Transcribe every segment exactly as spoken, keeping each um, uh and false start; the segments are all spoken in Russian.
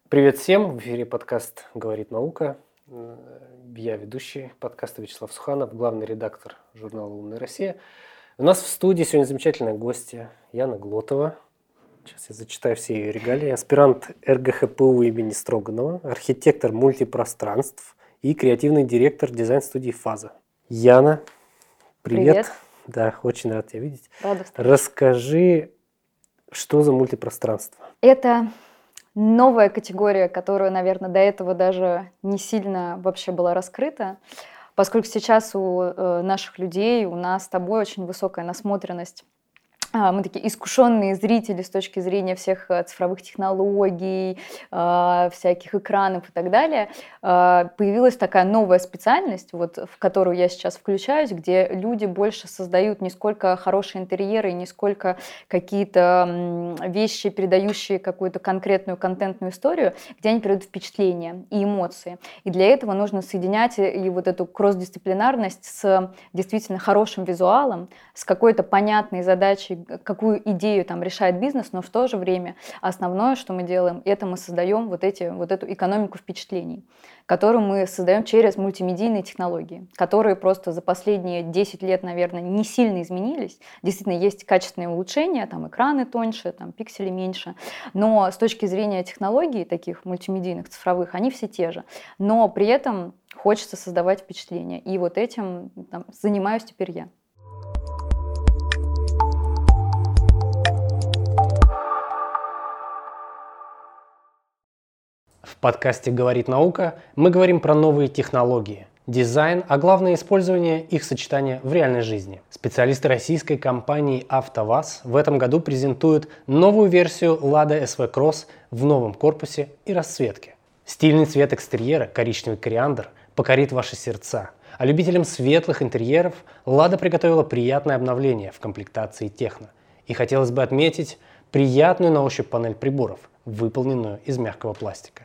Привет всем! В эфире подкаст «Говорит наука». Я ведущий подкаста Вячеслав Суханов, главный редактор журнала «Умная Россия». У нас в студии сегодня замечательная гостья Яна Глотова. Сейчас я зачитаю все ее регалии. Аспирант эр гэ ха пэ у имени Строганова, архитектор мультипространств и креативный директор дизайн-студии «Фаза». Яна, привет. Привет. Да, очень рад тебя видеть. Рада встрече. Расскажи, что за мультипространство? Это новая категория, которая, наверное, до этого даже не сильно вообще была раскрыта, поскольку сейчас у э, наших людей, у нас с тобой очень высокая насмотренность. А, Мы такие искушенные зрители с точки зрения всех э, цифровых технологий, а, всяких экранов и так далее. А, Появилась такая новая специальность, вот, в которую я сейчас включаюсь, где люди больше создают не сколько хорошие интерьеры, не сколько какие-то м, вещи, передающие какую-то конкретную контентную историю, где они передают впечатления и эмоции. И для этого нужно соединять и вот эту кросс-дисциплинарность с действительно хорошим визуалом, с какой-то понятной задачей, какую идею там решает бизнес, но в то же время основное, что мы делаем, это мы создаем вот, эти, вот эту экономику впечатлений, которую мы создаем через мультимедийные технологии, которые просто за последние десять лет, наверное, не сильно изменились. Действительно, есть качественные улучшения, там экраны тоньше, там пиксели меньше, но с точки зрения технологий, таких мультимедийных, цифровых, они все те же. Но при этом хочется создавать впечатление. И вот этим там, занимаюсь теперь я. В подкасте «Говорит наука» мы говорим про новые технологии, дизайн, а главное использование их сочетания в реальной жизни. Специалисты российской компании «АвтоВАЗ» в этом году презентуют новую версию Lada эс ви Cross в новом корпусе и расцветке. Стильный цвет экстерьера, коричневый кориандр, покорит ваши сердца. А любителям светлых интерьеров Lada приготовила приятное обновление в комплектации техно. И хотелось бы отметить приятную на ощупь панель приборов, выполненную из мягкого пластика.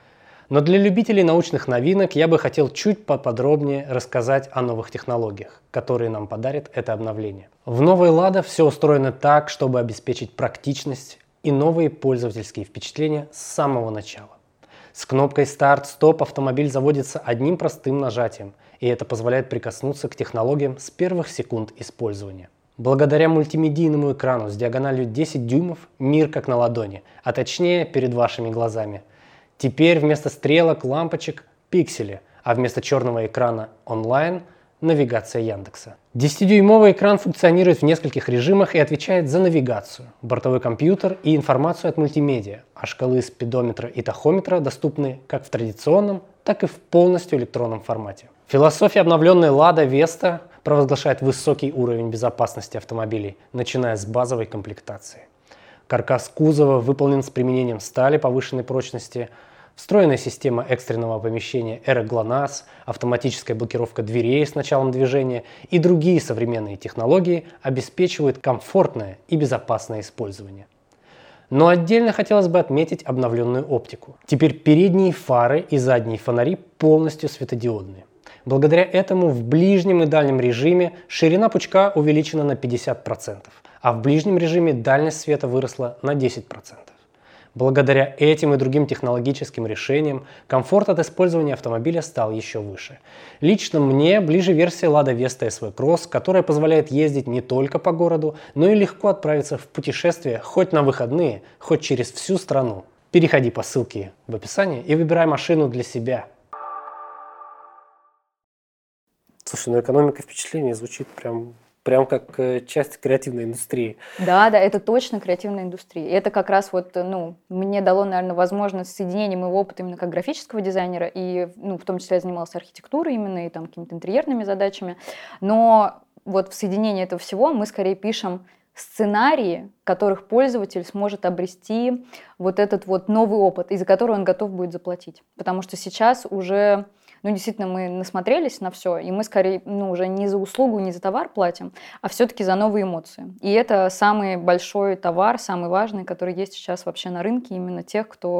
Но для любителей научных новинок я бы хотел чуть поподробнее рассказать о новых технологиях, которые нам подарит это обновление. В новой Lada все устроено так, чтобы обеспечить практичность и новые пользовательские впечатления с самого начала. С кнопкой «Старт-стоп» автомобиль заводится одним простым нажатием, и это позволяет прикоснуться к технологиям с первых секунд использования. Благодаря мультимедийному экрану с диагональю десять дюймов мир как на ладони, а точнее перед вашими глазами. Теперь вместо стрелок, лампочек – пиксели, а вместо черного экрана онлайн – навигация Яндекса. десятидюймовый экран функционирует в нескольких режимах и отвечает за навигацию, бортовой компьютер и информацию от мультимедиа, а шкалы спидометра и тахометра доступны как в традиционном, так и в полностью электронном формате. Философия обновленной Lada Vesta провозглашает высокий уровень безопасности автомобилей, начиная с базовой комплектации. Каркас кузова выполнен с применением стали повышенной прочности, встроенная система экстренного оповещения AirGLONASS, автоматическая блокировка дверей с началом движения и другие современные технологии обеспечивают комфортное и безопасное использование. Но отдельно хотелось бы отметить обновленную оптику. Теперь передние фары и задние фонари полностью светодиодные. Благодаря этому в ближнем и дальнем режиме ширина пучка увеличена на пятьдесят процентов, а в ближнем режиме дальность света выросла на десять процентов. Благодаря этим и другим технологическим решениям комфорт от использования автомобиля стал еще выше. Лично мне ближе версия Lada Vesta эс ви Cross, которая позволяет ездить не только по городу, но и легко отправиться в путешествие хоть на выходные, хоть через всю страну. Переходи по ссылке в описании и выбирай машину для себя. Слушай, ну экономика впечатлений звучит прям, прям как э, часть креативной индустрии. Да, да, это точно креативная индустрия. И это как раз вот, ну, мне дало, наверное, возможность соединения моего опыта именно как графического дизайнера, и, ну, в том числе я занималась архитектурой именно, и там какими-то интерьерными задачами. Но вот в соединении этого всего мы скорее пишем сценарии, в которых пользователь сможет обрести вот этот вот новый опыт, из-за которого он готов будет заплатить. Потому что сейчас уже, ну, действительно, мы насмотрелись на все, и мы скорее, ну, уже не за услугу, не за товар платим, а все-таки за новые эмоции. И это самый большой товар, самый важный, который есть сейчас вообще на рынке, именно тех, кто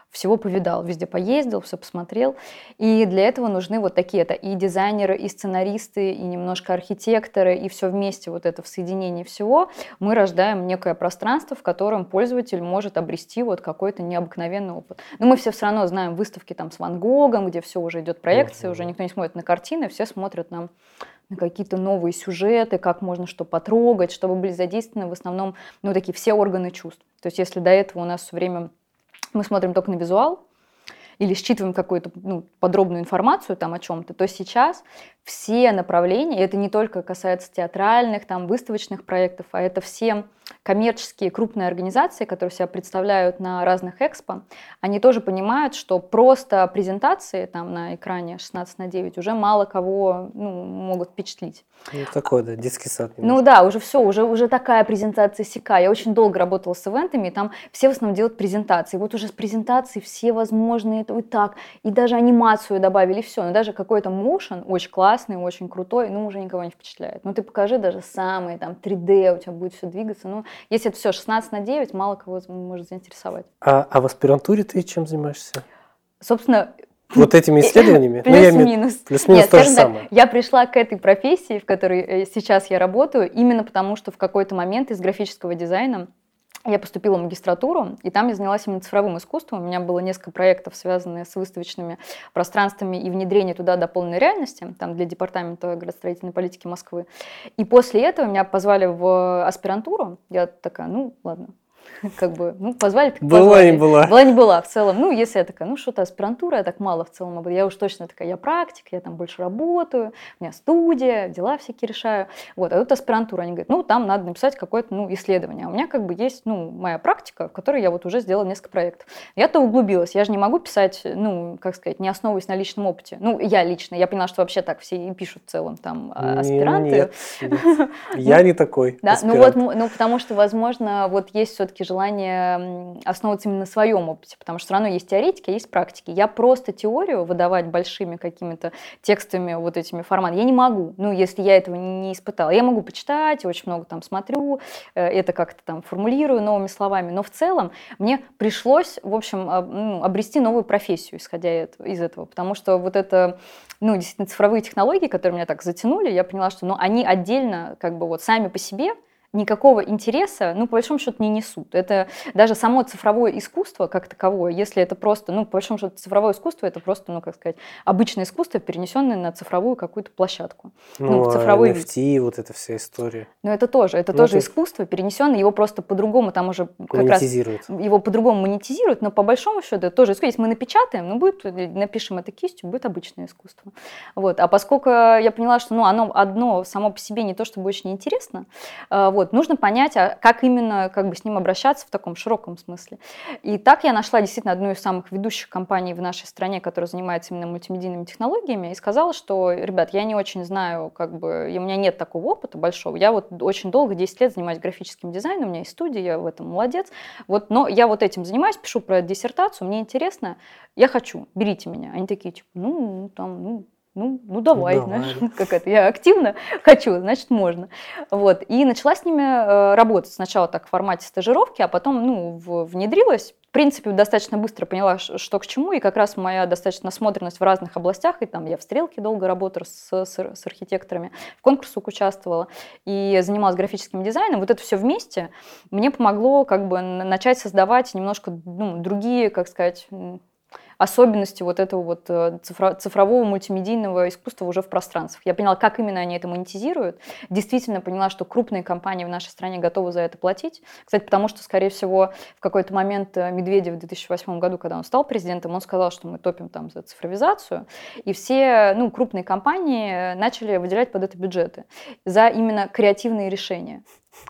всего повидал, везде поездил, все посмотрел. И для этого нужны вот такие, это и дизайнеры, и сценаристы, и немножко архитекторы, и все вместе вот это в соединении всего мы рождаем некое пространство, в котором пользователь может обрести вот какой-то необыкновенный опыт. Но мы все все равно знаем выставки там с Ван Гогом, где все уже идет проекция, уже никто не смотрит на картины, все смотрят на на какие-то новые сюжеты, как можно что потрогать, чтобы были задействованы в основном, ну, такие все органы чувств. То есть если до этого у нас все время мы смотрим только на визуал или считываем какую-то, ну, подробную информацию там о чем-то, то сейчас все направления, и это не только касается театральных, там, выставочных проектов, а это все коммерческие крупные организации, которые себя представляют на разных экспо, они тоже понимают, что просто презентации там на экране шестнадцать на девять уже мало кого, ну, могут впечатлить. Ну, такой, да, детский сад. Немножко. Ну да, уже все, уже, уже такая презентация сякая. Я очень долго работала с ивентами, и там все в основном делают презентации. Вот уже с презентацией все возможные, и так, и даже анимацию добавили, все. Но даже какой-то motion очень классный, очень крутой, ну, уже никого не впечатляет. Ну, ты покажи даже самые, там, три дэ, у тебя будет все двигаться. Ну, если это все шестнадцать на девять, мало кого может заинтересовать. А, а в аспирантуре ты чем занимаешься? Собственно, вот этими исследованиями? Плюс-минус. Плюс-минус то же самое. Я пришла к этой профессии, в которой сейчас я работаю, именно потому, что в какой-то момент из графического дизайна я поступила в магистратуру, и там я занялась именно цифровым искусством. У меня было несколько проектов, связанных с выставочными пространствами и внедрение туда дополненной реальности, там для департамента градостроительной политики Москвы. И после этого меня позвали в аспирантуру. Я такая, ну ладно. Как бы, ну, позвали, так была позвали. не была. Была не была в целом. Ну, если я такая, ну, что-то аспирантура, я так мало в целом. Я уж точно такая, я практик, я там больше работаю, у меня студия, дела всякие решаю. Вот, а тут аспирантура. Они говорят, ну, там надо написать какое-то, ну, исследование. А у меня как бы есть, ну, моя практика, в которой я вот уже сделала несколько проектов. Я-то углубилась. Я же не могу писать, ну, как сказать, не основываясь на личном опыте. Ну, я лично. Я поняла, что вообще так все и пишут в целом там аспиранты. Нет, нет. Я не такой. Да, ну вот, ну, потому что, возможно, вот есть все-таки желание основываться именно на своем опыте, потому что все равно есть теоретики, а есть практики. Я просто теорию выдавать большими какими-то текстами, вот этими форматами, я не могу, ну, если я этого не испытала. Я могу почитать, очень много там смотрю, это как-то там формулирую новыми словами, но в целом мне пришлось, в общем, ну, обрести новую профессию, исходя из этого, потому что вот это, ну, действительно, цифровые технологии, которые меня так затянули, я поняла, что, ну, они отдельно, как бы вот сами по себе, никакого интереса, ну, по большому счету, не несут. Это даже само цифровое искусство как таковое, если это просто, ну, по большому счету, цифровое искусство, это просто, ну, как сказать, обычное искусство, перенесенное на цифровую какую-то площадку. Ну, ну в цифровой эн эф ти, вид. Вот эта вся история. Ну, это тоже, это ну, тоже это... искусство, перенесенное, его просто по-другому там уже как раз... Его по-другому монетизируют, но по большому счету это тоже искусство. Если мы напечатаем, ну, будет, напишем это кистью, будет обычное искусство. Вот. А поскольку я поняла, что, ну, оно одно само по себе не то, чтобы очень интересно, вот, нужно понять, а как именно как бы, с ним обращаться в таком широком смысле. И так я нашла действительно одну из самых ведущих компаний в нашей стране, которая занимается именно мультимедийными технологиями, и сказала, что, ребят, я не очень знаю, как бы, и у меня нет такого опыта большого. Я вот очень долго, десять лет занимаюсь графическим дизайном, у меня есть студия, я в этом молодец. Вот, но я вот этим занимаюсь, пишу про диссертацию, мне интересно, я хочу, берите меня. Они такие, типа, ну, там, ну, Ну, ну давай, ну, давай. Знаешь, как это, я активно хочу, значит, можно. Вот. И начала с ними э, работать. Сначала так в формате стажировки, а потом, ну, в, внедрилась. В принципе, достаточно быстро поняла, что к чему, и как раз моя достаточно насмотренность в разных областях, и там я в «Стрелке» долго работала с, с, с архитекторами, в конкурсах участвовала, и занималась графическим дизайном. Вот это все вместе мне помогло как бы начать создавать немножко, ну, другие, как сказать, особенности вот этого вот цифро- цифрового мультимедийного искусства уже в пространствах. Я поняла, как именно они это монетизируют. Действительно поняла, что крупные компании в нашей стране готовы за это платить. Кстати, потому что, скорее всего, в какой-то момент Медведев в две тысячи восьмом году, когда он стал президентом, он сказал, что мы топим там за цифровизацию, и все, ну, крупные компании начали выделять под это бюджеты за именно креативные решения.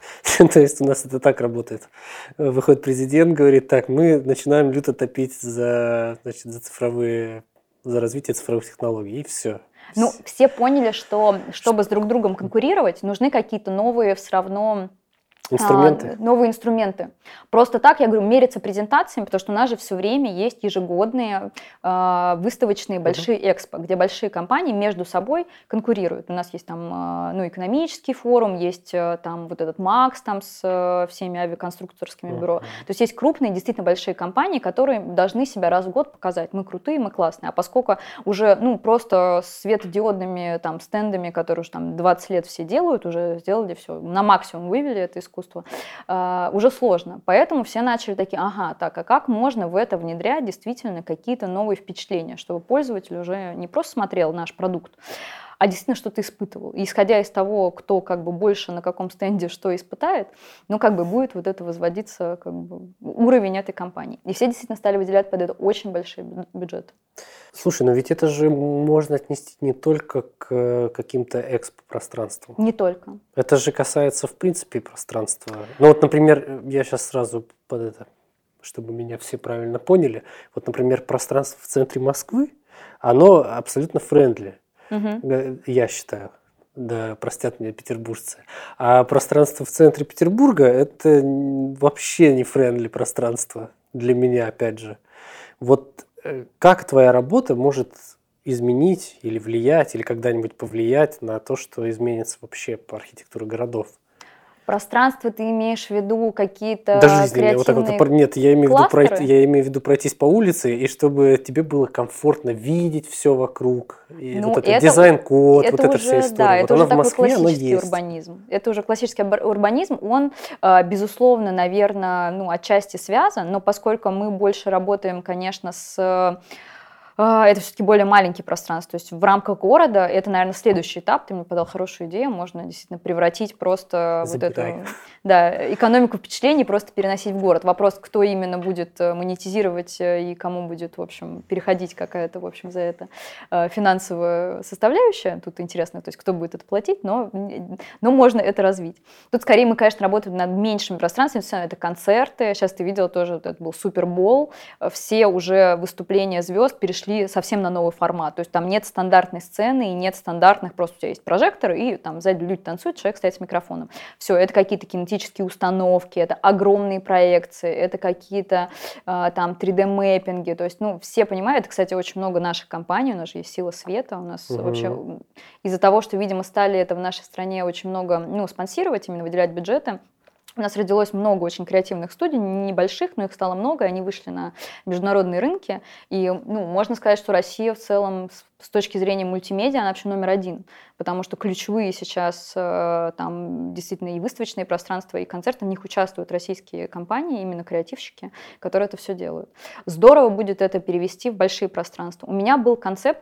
То есть у нас это так работает. Выходит президент, говорит, так, мы начинаем люто топить за, значит, за цифровые, за развитие цифровых технологий, и все. Ну, все поняли, что чтобы с друг другом конкурировать, нужны какие-то новые все равно Инструменты? А, новые инструменты. Просто так, я говорю, мериться презентациями, потому что у нас же все время есть ежегодные а, выставочные большие uh-huh. экспо, где большие компании между собой конкурируют. У нас есть там а, ну, экономический форум, есть а, там вот этот МАКС там с а, всеми авиаконструкторскими uh-huh. бюро. То есть есть крупные, действительно большие компании, которые должны себя раз в год показать. Мы крутые, мы классные. А поскольку уже ну, просто светодиодными там, стендами, которые уже там двадцать лет все делают, уже сделали все, на максимум вывели это искусство, Uh, уже сложно. Поэтому все начали такие, ага, так, а как можно в это внедрять действительно какие-то новые впечатления, чтобы пользователь уже не просто смотрел наш продукт, а действительно что-то испытывал. И исходя из того, кто как бы больше на каком стенде что испытает, ну как бы будет вот это возводиться как бы уровень этой компании. И все действительно стали выделять под это очень большие бюджеты. Слушай, но ведь это же можно отнести не только к каким-то экспо-пространствам. Не только. Это же касается, в принципе, пространства. Ну вот, например, я сейчас сразу под это, чтобы меня все правильно поняли, вот, например, пространство в центре Москвы, оно абсолютно френдли, угу. я считаю. Да, простят меня петербуржцы. А пространство в центре Петербурга – это вообще не френдли пространство для меня, опять же. Вот как твоя работа может изменить или влиять, или когда-нибудь повлиять на то, что изменится вообще по архитектуре городов? Пространство ты имеешь в виду какие-то да жизненные, вот так вот, нет, я имею, в виду пройти, я имею в виду пройтись по улице, и чтобы тебе было комфортно видеть все вокруг. И ну, вот это, это дизайн-код, это вот уже, эта вся история. Да, вот это она уже в Москве, такой классический есть. урбанизм. Это уже классический урбанизм, он, безусловно, наверное, ну, отчасти связан, но поскольку мы больше работаем, конечно, с... Это все-таки более маленькие пространства. То есть в рамках города это, наверное, следующий этап. Ты мне подал хорошую идею. Можно действительно превратить просто Забирай. вот эту да, экономику впечатлений, просто переносить в город. Вопрос, кто именно будет монетизировать и кому будет, в общем, переходить какая-то, в общем, за это финансовая составляющая. Тут интересно, то есть кто будет это платить, но, но можно это развить. Тут скорее мы, конечно, работаем над меньшими пространствами. Это концерты. Сейчас ты видела тоже, это был Супербол. Все уже выступления звезд перешли совсем на новый формат. То есть там нет стандартной сцены и нет стандартных, просто у тебя есть прожектор, и там сзади люди танцуют, человек стоит с микрофоном. Все, это какие-то кинетические установки, это огромные проекции, это какие-то э, там три дэ-мэппинги. То есть, ну, все понимают, это, кстати, очень много наших компаний, у нас же есть «Сила света», у нас угу. вообще из-за того, что, видимо, стали это в нашей стране очень много, ну, спонсировать, именно выделять бюджеты, у нас родилось много очень креативных студий, небольших, но их стало много, и они вышли на международные рынки. И ну, можно сказать, что Россия в целом с точки зрения мультимедиа, она вообще номер один, потому что ключевые сейчас там действительно и выставочные пространства, и концерты, в них участвуют российские компании, именно креативщики, которые это все делают. Здорово будет это перевести в большие пространства. У меня был концепт,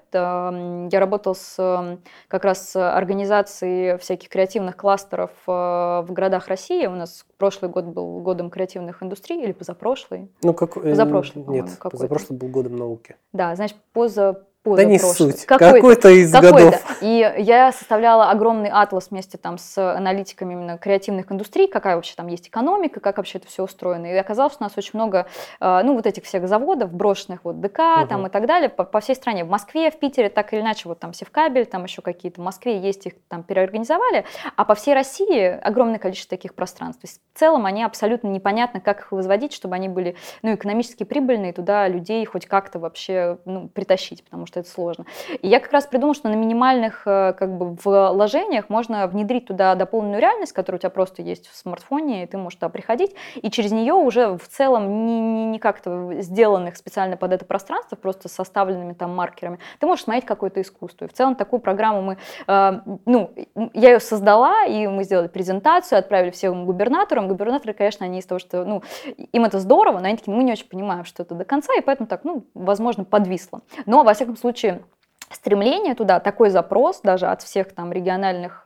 я работала с как раз организацией всяких креативных кластеров в городах России. У нас прошлый год был годом креативных индустрий, или позапрошлый? Ну, как... Позапрошлый, Нет, позапрошлый был годом науки. Да, значит, поза... Да не суть, какой-то, какой-то из какой-то. годов. И я составляла огромный атлас вместе там с аналитиками именно креативных индустрий, какая вообще там есть экономика, как вообще это все устроено. И оказалось, что у нас очень много, ну, вот этих всех заводов, брошенных, вот ДК угу. там и так далее, по, по всей стране. В Москве, в Питере, так или иначе, вот там Севкабель, там еще какие-то, в Москве есть, их там переорганизовали, а по всей России огромное количество таких пространств. То есть в целом они абсолютно непонятно, как их возводить, чтобы они были, ну, экономически прибыльные, туда людей хоть как-то вообще, ну, притащить, потому что это сложно. И я как раз придумала, что на минимальных как бы вложениях можно внедрить туда дополненную реальность, которая у тебя просто есть в смартфоне, и ты можешь туда приходить, и через нее уже в целом не, не, не как-то сделанных специально под это пространство, просто составленными там маркерами, ты можешь смотреть какое-то искусство. И в целом такую программу мы, э, ну, я ее создала, и мы сделали презентацию, отправили всем губернаторам. Губернаторы, конечно, они из того, что, ну, им это здорово, но они такие, мы не очень понимаем, что это до конца, и поэтому так, ну, возможно, подвисло. Но, во всяком случае, стремление туда, такой запрос даже от всех там региональных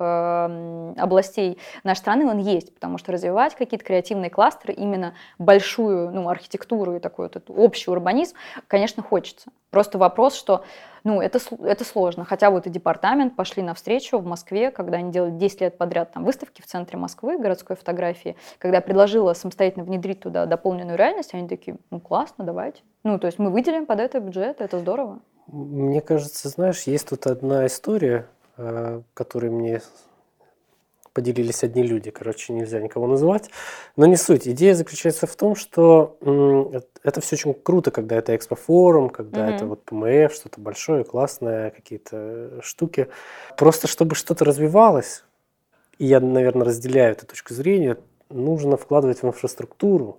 э, областей нашей страны, он есть, потому что развивать какие-то креативные кластеры, именно большую, ну, архитектуру и такой вот этот общий урбанизм, конечно, хочется. Просто вопрос, что, ну, это, это сложно. Хотя вот и департамент пошли навстречу в Москве, когда они делали десять лет подряд там выставки в центре Москвы, городской фотографии, когда я предложила самостоятельно внедрить туда дополненную реальность, они такие, ну, классно, давайте. Ну, то есть мы выделим под это бюджет, это здорово. Мне кажется, знаешь, есть тут одна история, которая мне поделились одни люди, короче, нельзя никого называть, но не суть. Идея заключается в том, что м, это все очень круто, когда это экспофорум, когда Мгм. это вот ПМФ, что-то большое, классное, какие-то штуки. Просто чтобы что-то развивалось, и я, наверное, разделяю эту точку зрения, нужно вкладывать в инфраструктуру,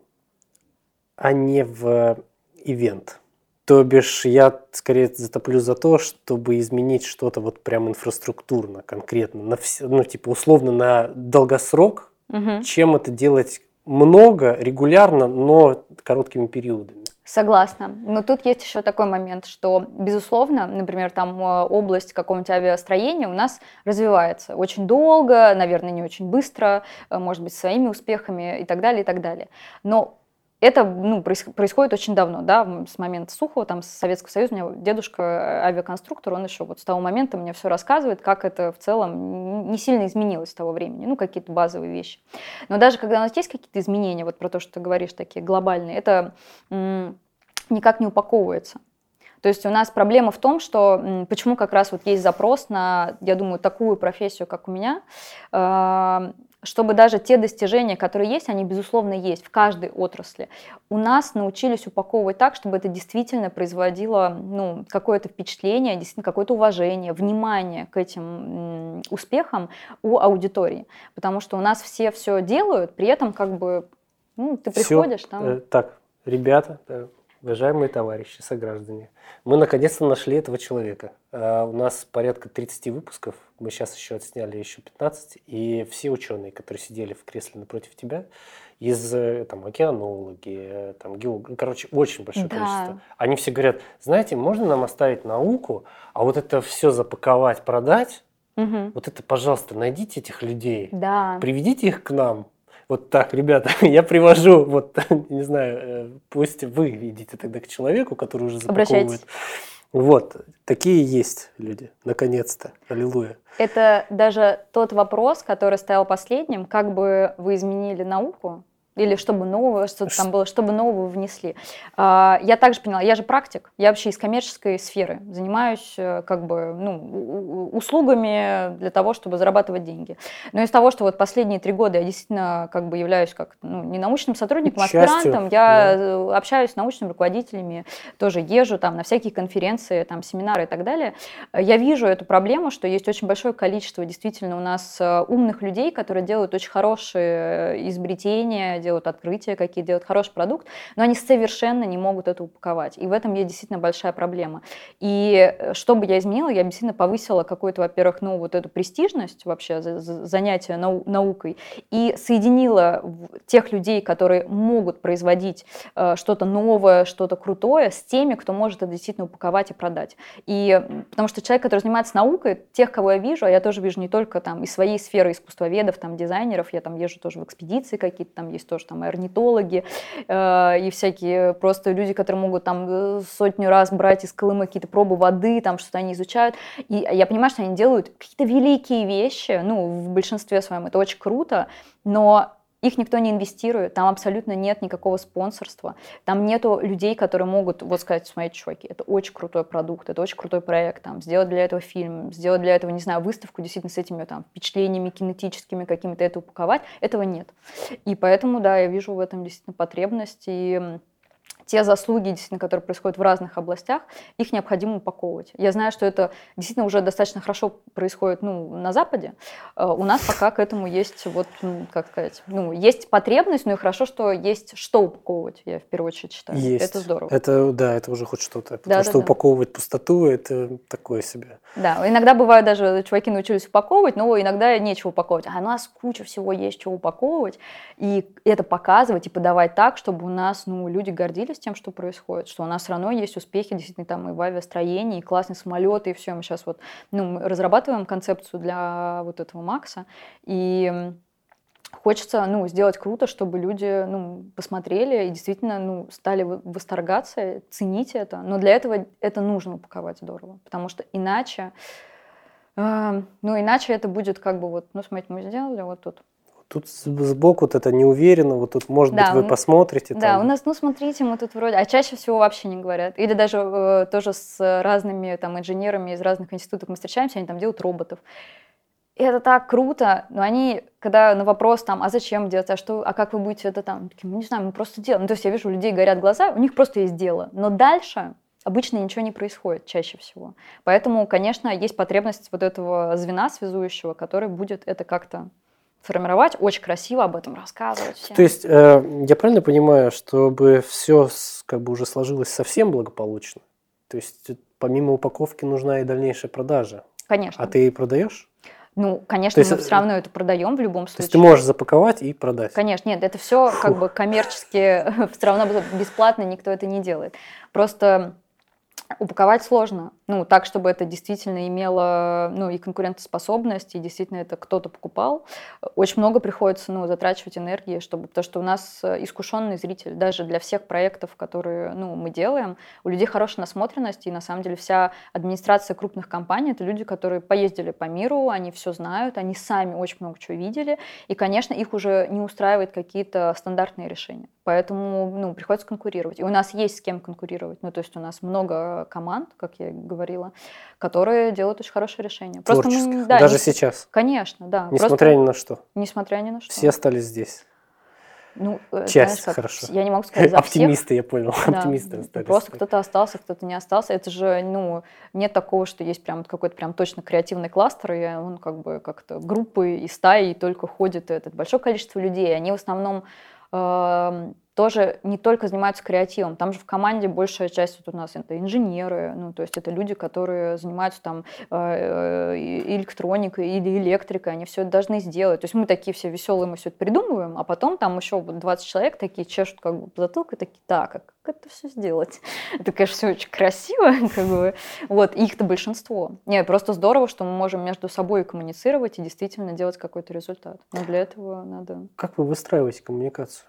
а не в ивент. То бишь я скорее затоплю за то, чтобы изменить что-то вот прям инфраструктурно, конкретно, на вс- ну типа условно на долгосрок, Мгм. чем это делать много, регулярно, но короткими периодами. Согласна. Но тут есть еще такой момент, что, безусловно, например, там э, область какого-нибудь авиастроения у нас развивается очень долго, наверное, не очень быстро, э, может быть, своими успехами и так далее, и так далее. Но это ну, проис- происходит очень давно, да, м, с момента Сухова, там, с Советского Союза. У меня дедушка э, авиаконструктор, он еще вот с того момента мне все рассказывает, как это в целом не сильно изменилось с того времени, ну, какие-то базовые вещи. Но даже когда у нас есть какие-то изменения, вот про то, что ты говоришь, такие глобальные, это м, никак не упаковывается. То есть у нас проблема в том, что м, почему как раз вот есть запрос на, я думаю, такую профессию, как у меня, э, чтобы даже те достижения, которые есть, они, безусловно, есть в каждой отрасли, у нас научились упаковывать так, чтобы это действительно производило ну, какое-то впечатление, действительно какое-то уважение, внимание к этим м, успехам у аудитории. Потому что у нас все все делают, при этом как бы ну, ты Все, приходишь там... так, ребята, э, уважаемые товарищи, сограждане, мы наконец-то нашли этого человека. А, у нас порядка тридцати выпусков, мы сейчас еще отсняли еще пятнадцать, и все ученые, которые сидели в кресле напротив тебя, из э, там океанологи, э, там геологи, короче, очень большое Да. количество. Они все говорят, знаете, можно нам оставить науку, а вот это все запаковать, продать, Мгм. вот это, пожалуйста, найдите этих людей, Да. приведите их к нам. Вот так, ребята, я привожу, вот, не знаю, э, пусть вы идите тогда к человеку, который уже запаковывает. Обращайтесь. Вот, такие есть люди, наконец-то, аллилуйя. Это даже тот вопрос, который стоял последним, как бы вы изменили науку, или чтобы нового, что-то там было, чтобы нового внесли. А, Я также поняла, я же практик, я вообще из коммерческой сферы, занимаюсь э, как бы ну, у- у- услугами для того, чтобы зарабатывать деньги. Но из того, что вот последние три года я действительно как бы являюсь как ну, не научным сотрудником, а Частью, аспирантом, я э, общаюсь с научными руководителями, тоже езжу там на всякие конференции, там семинары и так далее. Э, Я вижу эту проблему, что есть очень большое количество действительно у нас э, умных людей, которые делают очень хорошие э, изобретения, делают открытия какие, делают хороший продукт, но они совершенно не могут это упаковать. И в этом есть действительно большая проблема. И э, что бы я изменила, я бы действительно повысила какую-то, во-первых, ну вот эту престижность вообще за- за- занятия нау- наукой и соединила в- тех людей, которые могут производить э, что-то новое, что-то крутое, с теми, кто может это действительно упаковать и продать. И м, потому что человек, который занимается наукой, тех, кого я вижу, а я тоже вижу не только там из своей сферы искусствоведов, там дизайнеров, я там езжу тоже в экспедиции какие-то, там есть тоже там и орнитологи, э, и всякие просто люди, которые могут там э, сотню раз брать из Колыма какие-то пробы воды, там что-то они изучают. И я понимаю, что они делают какие-то великие вещи, ну, в большинстве своем это очень круто, но их никто не инвестирует, там абсолютно нет никакого спонсорства, там нету людей, которые могут вот сказать, смотрите, чуваки, это очень крутой продукт, это очень крутой проект, там, сделать для этого фильм, сделать для этого, не знаю, выставку действительно с этими там впечатлениями кинетическими какими-то это упаковать, этого нет. И поэтому, да, я вижу в этом действительно потребность, и м, те заслуги, действительно, которые происходят в разных областях, их необходимо упаковывать. Я знаю, что это действительно уже достаточно хорошо происходит ну, на Западе. Э, У нас пока к этому есть, вот, ну, как сказать, ну, есть потребность, но и хорошо, что есть что упаковывать, я в первую очередь считаю. Есть. Это здорово. Это, да, это уже хоть что-то. Потому Да, да, что да. упаковывать пустоту – это такое себе. Да, иногда бывает даже чуваки научились упаковывать, но иногда нечего упаковывать. А у нас куча всего есть, что упаковывать, и это показывать и подавать так, чтобы у нас ну, люди гордились тем, что происходит, что у нас все равно есть успехи действительно там и в авиастроении, и классные самолеты, и все. Мы сейчас вот ну, мы разрабатываем концепцию для вот этого Макса, и хочется ну, сделать круто, чтобы люди ну, посмотрели и действительно ну, стали восторгаться, ценить это. Но для этого это нужно упаковать здорово, потому что иначе, э, ну, иначе это будет как бы вот, ну, смотрите, мы сделали вот тут. Тут сбоку вот это неуверенно, вот тут, может Да, быть, вы у- посмотрите. Да, там. у нас, ну, смотрите, мы тут вроде... А чаще всего вообще не говорят. Или даже э, тоже с разными там инженерами из разных институтов мы встречаемся, они там делают роботов. И это так круто, но они, когда на вопрос там, а зачем делать, а что, а как вы будете это там, такие, мы не знаем, мы просто делаем. Ну, то есть я вижу, у людей горят глаза, у них просто есть дело. Но дальше обычно ничего не происходит чаще всего. Поэтому, конечно, есть потребность вот этого звена связующего, который будет это как-то формировать, очень красиво об этом рассказывать всем. То есть э, я правильно понимаю, чтобы все как бы уже сложилось совсем благополучно? То есть помимо упаковки нужна и дальнейшая продажа? Конечно. А ты продаешь? Ну, конечно, есть, мы все равно это продаем в любом случае. То есть ты можешь запаковать и продать? Конечно, нет, это все как бы коммерчески, все равно бесплатно, никто это не делает. Просто упаковать сложно, ну, так, чтобы это действительно имело, ну, и конкурентоспособность, и действительно это кто-то покупал. Очень много приходится, ну, затрачивать энергии, чтобы, потому что у нас искушенный зритель, даже для всех проектов, которые, ну, мы делаем, у людей хорошая насмотренность, и на самом деле вся администрация крупных компаний — это люди, которые поездили по миру, они все знают, они сами очень много чего видели, и, конечно, их уже не устраивают какие-то стандартные решения. Поэтому, ну, приходится конкурировать. И у нас есть с кем конкурировать. Ну, то есть у нас много команд, как я говорила, которые делают очень хорошие решения. Просто мы, да, даже не, сейчас? Конечно, да. Несмотря просто, ни на что? Несмотря ни на что. Все остались здесь? Ну, часть, знаешь, хорошо. Я не могу сказать за Оптимисты, всех. я понял, Да. оптимисты остались. Просто кто-то остался, кто-то не остался. Это же, ну, нет такого, что есть прям какой-то прям точно креативный кластер, и он как бы как-то группы и стаи, и только ходит это большое количество людей. Они в основном э, тоже не только занимаются креативом, там же в команде большая часть вот у нас это инженеры, ну, то есть это люди, которые занимаются там э, электроникой или электрикой, они все это должны сделать. То есть мы такие все веселые, мы все это придумываем, а потом там еще двадцать человек такие чешут как бы по затылку и такие, так, а как это все сделать? Это, конечно, все очень красиво, как бы, вот, их-то большинство. Нет, просто здорово, что мы можем между собой коммуницировать и действительно делать какой-то результат. Но для этого надо... Как вы выстраиваете коммуникацию?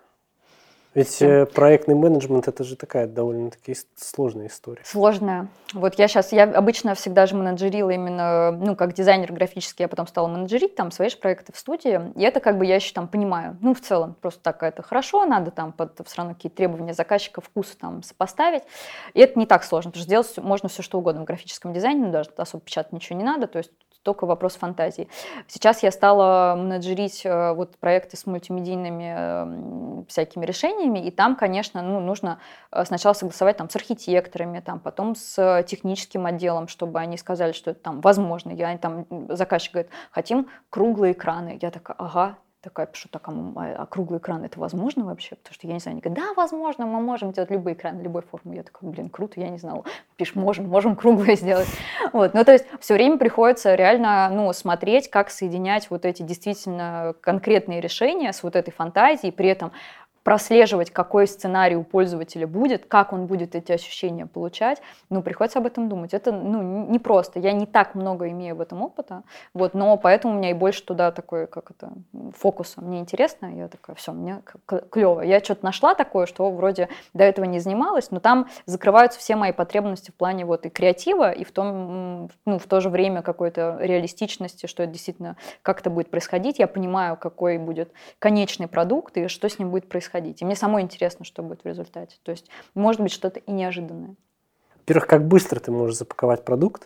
Ведь э, проектный менеджмент — это же такая довольно-таки сложная история. Сложная. Вот я сейчас, я обычно всегда же менеджерила именно, ну, как дизайнер графический, я потом стала менеджерить там свои же проекты в студии, и это как бы я еще там понимаю, ну, в целом, просто так это хорошо, надо там под все равно какие-то требования заказчика, вкуса там сопоставить, и это не так сложно, потому что сделать можно все что угодно в графическом дизайне, даже особо печатать ничего не надо, то есть только вопрос фантазии. Сейчас я стала менеджерить вот проекты с мультимедийными всякими решениями, и там, конечно, ну, нужно сначала согласовать там, с архитекторами, там, потом с техническим отделом, чтобы они сказали, что это там возможно. Я, там, заказчик говорит, хотим круглые экраны. Я такая, ага. Такая пишу, так, а, а круглый экран это возможно вообще? Потому что я не знаю, они говорят, да, возможно, мы можем делать любые экраны, любой формы. Я такая, блин, круто, я не знала. Пишешь, можем, можем круглые сделать. Вот. Ну, то есть все время приходится реально, ну, смотреть, как соединять вот эти действительно конкретные решения с вот этой фантазией, при этом прослеживать, какой сценарий у пользователя будет, как он будет эти ощущения получать, ну, приходится об этом думать. Это, ну, не просто. Я не так много имею в этом опыта, вот, но поэтому у меня и больше туда такой, как это, фокуса. Мне интересно, я такая, все, мне клево. Я что-то нашла такое, что вроде до этого не занималась, но там закрываются все мои потребности в плане вот и креатива, и в том, ну, в то же время какой-то реалистичности, что это действительно как-то будет происходить. Я понимаю, какой будет конечный продукт и что с ним будет происходить. И мне самой интересно, что будет в результате. То есть, может быть, что-то и неожиданное. Во-первых, как быстро ты можешь запаковать продукт,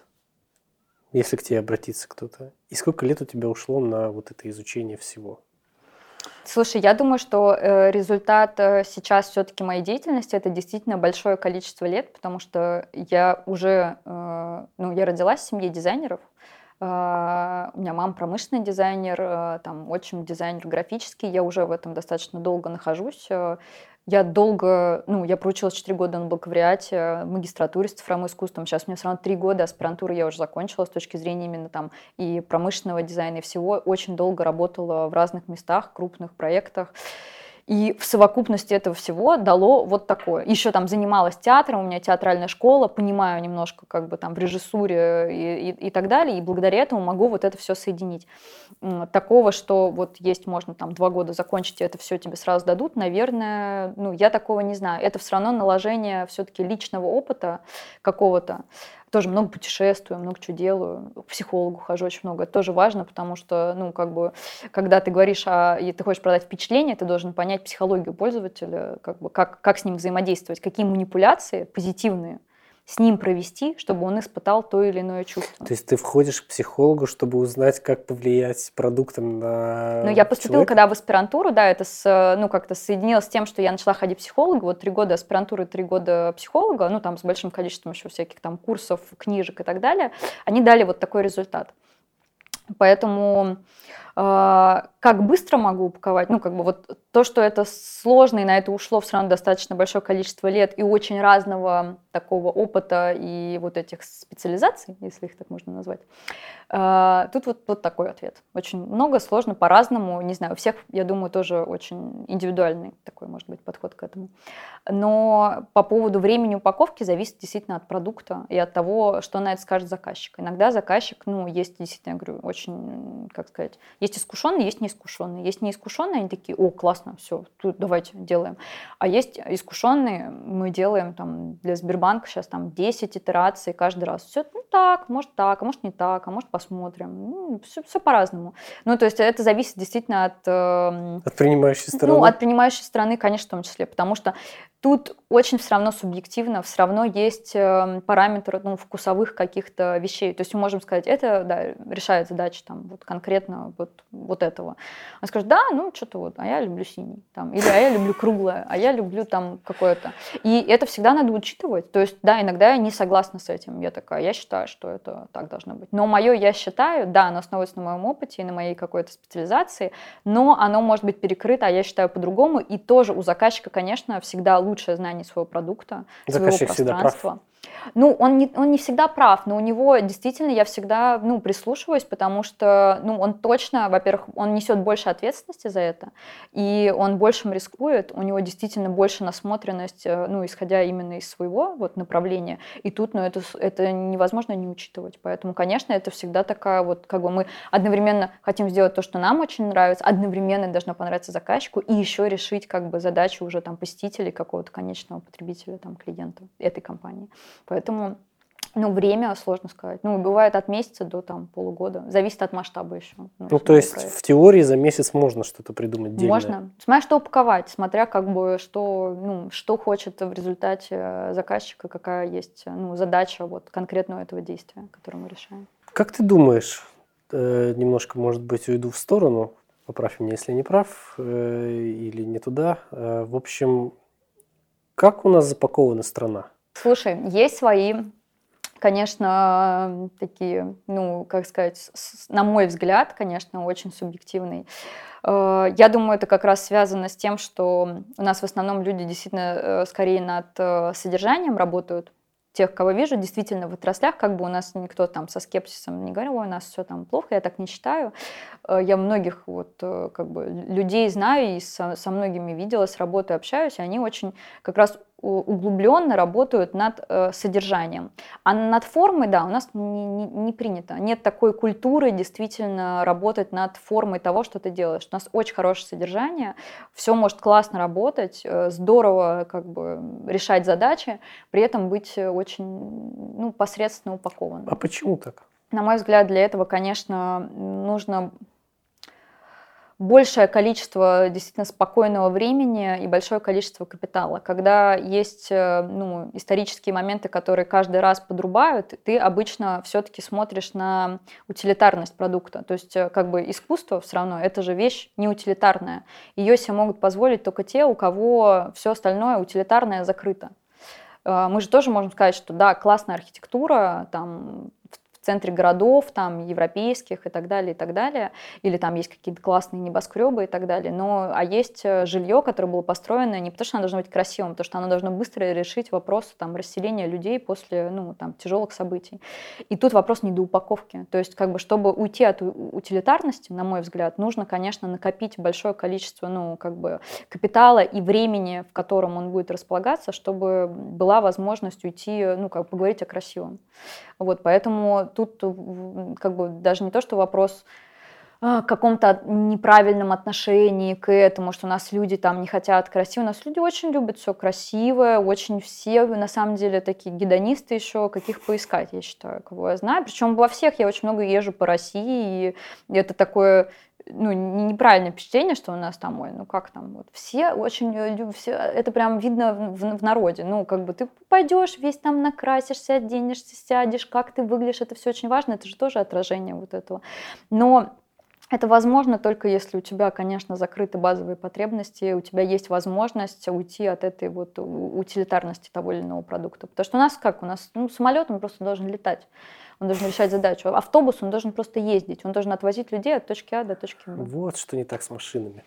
если к тебе обратится кто-то? И сколько лет у тебя ушло на вот это изучение всего? Слушай, я думаю, что э, результат э, сейчас все-таки моей деятельности — это действительно большое количество лет, потому что я уже, э, ну, я родилась в семье дизайнеров. Uh, у меня мама промышленный дизайнер, uh, там, отчим дизайнер графический, я уже в этом достаточно долго нахожусь. Uh, я долго, ну, я проучилась четыре года на бакалавриате, магистратуре с цифровым искусством, сейчас у меня все равно три года аспирантуры я уже закончила с точки зрения именно там и промышленного дизайна, и всего. Очень долго работала в разных местах, крупных проектах. И в совокупности этого всего дало вот такое. Еще там занималась театром, у меня театральная школа, понимаю немножко как бы там в режиссуре и, и, и так далее, и благодаря этому могу вот это все соединить. Такого, что вот есть, можно там два года закончить, и это все тебе сразу дадут, наверное, ну, я такого не знаю. Это все равно наложение все-таки личного опыта какого-то. Тоже много путешествую, много чего делаю, к психологу хожу очень много. Это тоже важно, потому что, ну, как бы, когда ты говоришь, а ты хочешь продать впечатление, ты должен понять психологию пользователя, как бы, как, как с ним взаимодействовать, какие манипуляции позитивные с ним провести, чтобы он испытал то или иное чувство. То есть ты входишь к психологу, чтобы узнать, как повлиять продуктом на Ну, я поступила, человека? когда в аспирантуру, да, это с, ну, как-то соединилось с тем, что я начала ходить к психологу, вот три года аспирантуры, три года психолога, ну, там с большим количеством еще всяких там курсов, книжек и так далее, они дали вот такой результат. Поэтому э, как быстро могу упаковать, ну, как бы вот то, что это сложно, и на это ушло все равно достаточно большое количество лет и очень разного такого опыта и вот этих специализаций, если их так можно назвать, э, тут вот, вот такой ответ. Очень много, сложно, по-разному, не знаю, у всех, я думаю, тоже очень индивидуальный такой, может быть, подход к этому. Но по поводу времени упаковки зависит действительно от продукта и от того, что на это скажет заказчик. Иногда заказчик, ну, есть действительно, я говорю, очень, как сказать, есть искушенные, есть неискушенные. Есть неискушенные, они такие: о, классно, все, тут давайте делаем. А есть искушенные, мы делаем там для Сбербанка сейчас там десять итераций каждый раз. Все, ну так, может так, а может не так, а может посмотрим. Ну, все, все по-разному. Ну, то есть это зависит действительно от... Э, от принимающей стороны? Ну, от принимающей стороны, конечно, в том числе, потому что тут очень все равно субъективно, все равно есть э, параметры, ну, вкусовых каких-то вещей. То есть мы можем сказать, это, да, решает задачи там вот конкретно вот, вот этого. Он скажет: да, ну, что-то вот, а я люблю синий, там, или а я люблю круглое, а я люблю там какое-то. И это всегда надо учитывать. То есть, да, иногда я не согласна с этим. Я такая, я считаю, что это так должно быть. Но мое я считаю, да, оно основывается на моем опыте и на моей какой-то специализации, но оно может быть перекрыто, а я считаю по-другому. И тоже у заказчика, конечно, всегда лучшее знание своего продукта, Заказчик своего всегда пространства. прав. Ну, он не, он не всегда прав, но у него действительно я всегда, ну, прислушиваюсь, потому что, ну, он точно, во-первых, он несет больше ответственности за это, и он большим рискует, у него действительно больше насмотренность, ну, исходя именно из своего вот направления, и тут, ну, это, это невозможно не учитывать, поэтому, конечно, это всегда такая вот, как бы мы одновременно хотим сделать то, что нам очень нравится, одновременно должно понравиться заказчику, и еще решить, как бы, задачу уже там посетителей, какого-то конечного потребителя, там, клиента этой компании. Поэтому, ну, время сложно сказать. Ну, бывает от месяца до там полугода. Зависит от масштаба еще. Ну, ну то есть проект. В теории за месяц можно что-то придумать дельное? Можно. Смотря что упаковать, смотря как бы что, ну, что хочет в результате заказчика, какая есть, ну, задача вот конкретно этого действия, которое мы решаем. Как ты думаешь, э, немножко, может быть, уйду в сторону, поправь меня, если не прав, э, или не туда. Э, в общем, как у нас запакована страна? Слушай, есть свои, конечно, такие, ну, как сказать, на мой взгляд, конечно, очень субъективный. Я думаю, это как раз связано с тем, что у нас в основном люди действительно скорее над содержанием работают. Тех, кого вижу, действительно в отраслях, как бы у нас никто там со скепсисом не говорил: ой, у нас все там плохо, я так не считаю. Я многих вот как бы людей знаю и со, со многими виделась, работаю, общаюсь, и они очень как раз углубленно работают над э, содержанием. А над формой, да, у нас не, не, не принято. Нет такой культуры действительно работать над формой того, что ты делаешь. У нас очень хорошее содержание, все может классно работать, э, здорово как бы решать задачи, при этом быть очень, ну, посредственно упакованным. А почему так? На мой взгляд, для этого, конечно, нужно большее количество действительно спокойного времени и большое количество капитала. Когда есть, ну, исторические моменты, которые каждый раз подрубают, ты обычно все-таки смотришь на утилитарность продукта. То есть как бы искусство все равно, это же вещь не утилитарная. Ее себе могут позволить только те, у кого все остальное утилитарное закрыто. Мы же тоже можем сказать, что да, классная архитектура, там, в центре городов, там, европейских и так далее, и так далее, или там есть какие-то классные небоскребы и так далее, но, а есть жилье, которое было построено не потому, что оно должно быть красивым, а потому что оно должно быстро решить вопрос там, расселения людей после, ну, там, тяжелых событий. И тут вопрос не до упаковки, то есть, как бы, чтобы уйти от утилитарности, на мой взгляд, нужно, конечно, накопить большое количество, ну, как бы, капитала и времени, в котором он будет располагаться, чтобы была возможность уйти, ну, как бы, поговорить о красивом. Вот, поэтому тут как бы даже не то, что вопрос а, каком-то неправильном отношении к этому, что у нас люди там не хотят красиво. У нас люди очень любят все красивое, очень все, на самом деле, такие гедонисты еще, каких поискать, я считаю, кого я знаю. Причем во всех, я очень много езжу по России, и это такое, ну, неправильное впечатление, что у нас там, ой, ну как там, вот все очень, лю- все, это прям видно в, в народе. Ну, как бы ты пойдешь, весь там накрасишься, оденешься, сядешь, как ты выглядишь, это все очень важно, это же тоже отражение вот этого. Но это возможно только если у тебя, конечно, закрыты базовые потребности, у тебя есть возможность уйти от этой вот у- утилитарности того или иного продукта. Потому что у нас как? У нас ну, самолет, он просто должен летать, он должен решать задачу. Автобус, он должен просто ездить, он должен отвозить людей от точки А до точки Б. Вот что не так с машинами.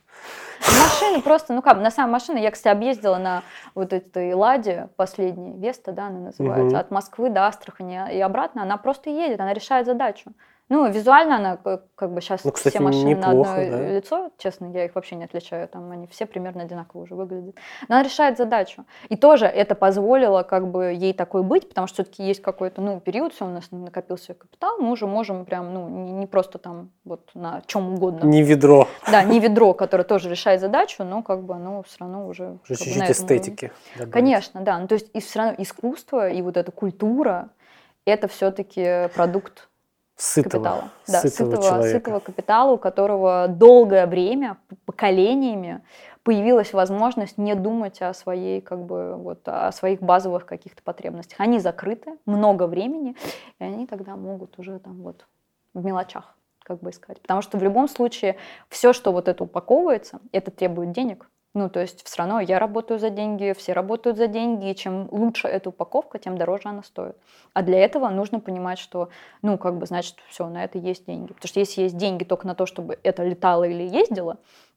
Машины просто, ну как, на самом машины, я, кстати, объездила на вот этой Ладе, последней, Веста, да, она называется, Мгм. от Москвы до Астрахани и обратно, она просто едет, она решает задачу. Ну, визуально она, как, как бы сейчас Ну, кстати, все машины на неплохо, одно да. лицо, честно, я их вообще не отличаю, там они все примерно одинаково уже выглядят. Но она решает задачу. И тоже это позволило как бы ей такой быть, потому что все-таки есть какой-то, ну, период, все у нас накопился капитал, мы уже можем прям, ну, не, не просто там вот на чем угодно. Не ведро. Да, не ведро, которое тоже решает задачу, но как бы оно все равно уже Уже как бы чуть-чуть на этом уровне. эстетики добавить. Конечно, да. Ну, то есть и все равно искусство и вот эта культура это все-таки продукт Сытого, капитала. Да, сытого сытого, человека. сытого капитала, у которого долгое время, п- поколениями появилась возможность не думать о своей, как бы, вот, о своих базовых каких-то потребностях. Они закрыты много времени, и они тогда могут уже там вот в мелочах как бы искать. Потому что в любом случае все, что вот это упаковывается, это требует денег. Ну, то есть все равно я работаю за деньги, все работают за деньги, и чем лучше эта упаковка, тем дороже она стоит. А для этого нужно понимать, что, ну, как бы, значит, все, на это есть деньги. Потому что если есть деньги только на то, чтобы это летало или ездило,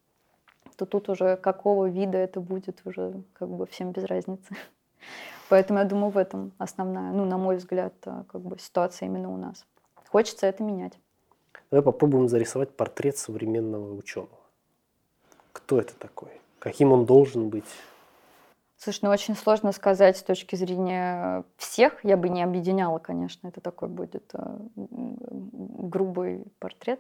то тут уже какого вида это будет, уже как бы всем без разницы. Поэтому я думаю, в этом основная, ну, на мой взгляд, а, как бы ситуация именно у нас. Хочется это менять. Давай попробуем зарисовать портрет современного ученого. Кто это такой? Каким он должен быть? Слушай, ну очень сложно сказать с точки зрения всех. Я бы не объединяла, конечно. Это такой будет э, м, грубый портрет.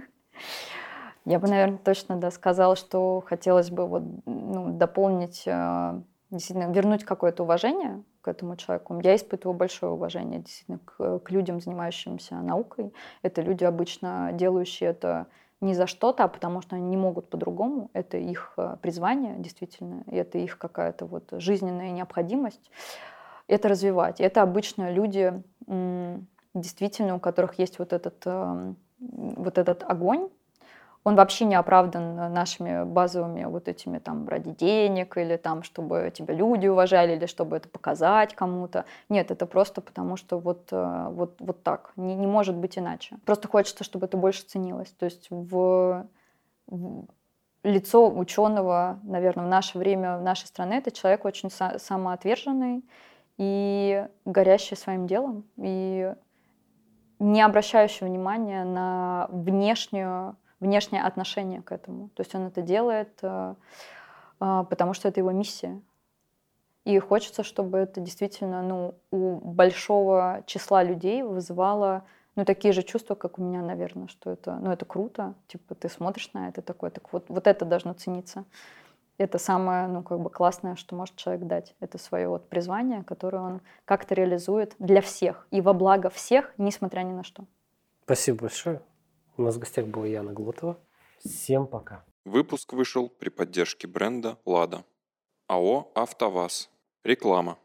Я бы, наверное, точно да, сказала, что хотелось бы вот, ну, дополнить, э, действительно, вернуть какое-то уважение к этому человеку. Я испытываю большое уважение действительно к, к людям, занимающимся наукой. Это люди, обычно делающие это не за что-то, а потому что они не могут по-другому. Это их э, призвание, действительно, и это их какая-то вот жизненная необходимость. Это развивать. И это обычно люди, м, действительно, у которых есть вот этот, эм, вот этот огонь. Он вообще не оправдан нашими базовыми вот этими там ради денег или там, чтобы тебя люди уважали или чтобы это показать кому-то. Нет, это просто потому, что вот, э, вот, вот так. Не, не может быть иначе. Просто хочется, чтобы это больше ценилось. То есть в, в лицо ученого, наверное, в наше время, в нашей стране, это человек очень са- самоотверженный и горящий своим делом, и не обращающий внимания на внешнюю, внешнее отношение к этому. То есть он это делает, э, а, потому что это его миссия. И хочется, чтобы это действительно, ну, у большого числа людей вызывало, ну, такие же чувства, как у меня, наверное, что это, ну, это круто. Типа ты смотришь на это такой, так вот, вот это должно цениться. Это самое, ну, как бы классное, что может человек дать. Это свое вот призвание, которое он как-то реализует для всех и во благо всех, несмотря ни на что. Спасибо большое. У нас в гостях была Яна Глотова. Всем пока. Выпуск вышел при поддержке бренда «Лада». АО «АвтоВАЗ». Реклама.